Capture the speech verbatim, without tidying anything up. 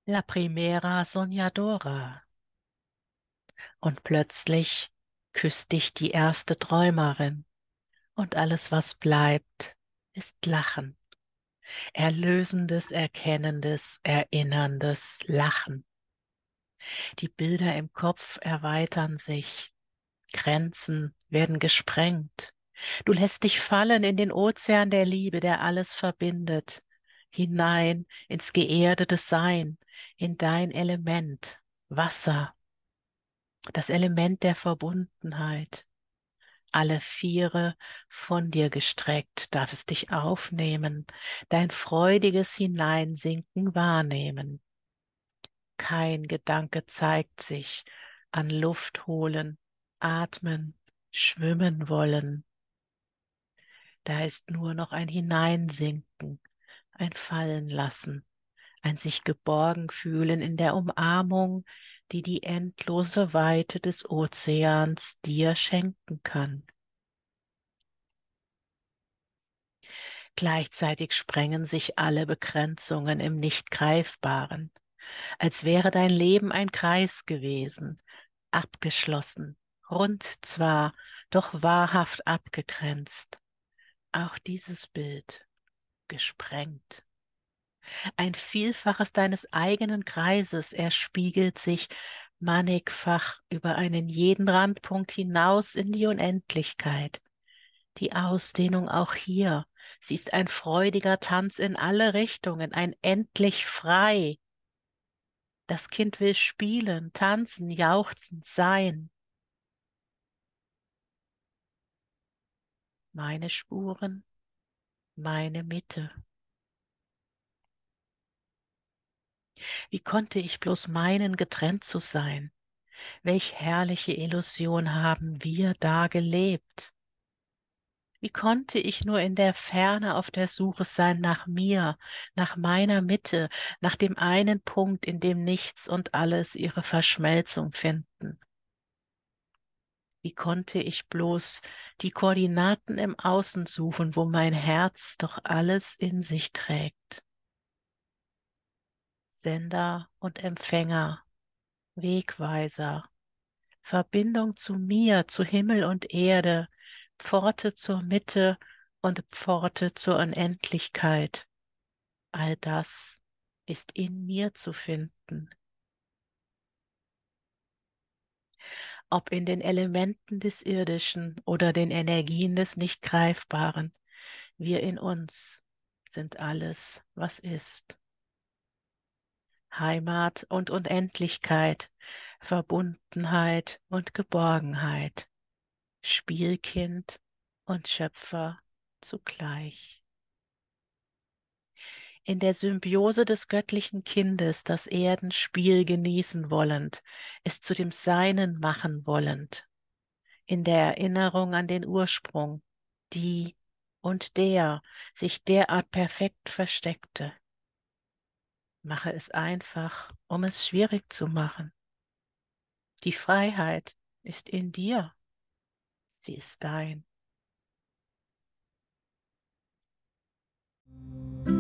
La primera soñadora. Und plötzlich küsst dich die erste Träumerin und alles, was bleibt, ist Lachen. Erlösendes, erkennendes, erinnerndes Lachen. Die Bilder im Kopf erweitern sich, Grenzen werden gesprengt. Du lässt dich fallen in den Ozean der Liebe, der alles verbindet, hinein ins geerdete Sein, in dein Element, Wasser, das Element der Verbundenheit. Alle Viere von dir gestreckt, darf es dich aufnehmen, dein freudiges Hineinsinken wahrnehmen. Kein Gedanke zeigt sich an Luft holen, atmen, schwimmen wollen. Da ist nur noch ein Hineinsinken, ein Fallenlassen, ein sich geborgen fühlen in der Umarmung, die die endlose Weite des Ozeans dir schenken kann. Gleichzeitig sprengen sich alle Begrenzungen im Nicht-Greifbaren, als wäre dein Leben ein Kreis gewesen, abgeschlossen, rund zwar, doch wahrhaft abgegrenzt. Auch dieses Bild gesprengt. Ein Vielfaches deines eigenen Kreises, er spiegelt sich mannigfach über einen jeden Randpunkt hinaus in die Unendlichkeit. Die Ausdehnung auch hier, sie ist ein freudiger Tanz in alle Richtungen, ein endlich frei. Das Kind will spielen, tanzen, jauchzen, sein. Meine Spuren, meine Mitte. Wie konnte ich bloß meinen, getrennt zu sein? Welch herrliche Illusion haben wir da gelebt? Wie konnte ich nur in der Ferne auf der Suche sein nach mir, nach meiner Mitte, nach dem einen Punkt, in dem nichts und alles ihre Verschmelzung finden? Wie konnte ich bloß die Koordinaten im Außen suchen, wo mein Herz doch alles in sich trägt? Sender und Empfänger, Wegweiser, Verbindung zu mir, zu Himmel und Erde, Pforte zur Mitte und Pforte zur Unendlichkeit. All das ist in mir zu finden. Ob in den Elementen des Irdischen oder den Energien des Nicht-Greifbaren, wir in uns sind alles, was ist. Heimat und Unendlichkeit, Verbundenheit und Geborgenheit, Spielkind und Schöpfer zugleich. In der Symbiose des göttlichen Kindes, das Erdenspiel genießen wollend, es zu dem Seinen machen wollend, in der Erinnerung an den Ursprung, die und der sich derart perfekt versteckte. Mache es einfach, um es schwierig zu machen. Die Freiheit ist in dir, sie ist dein.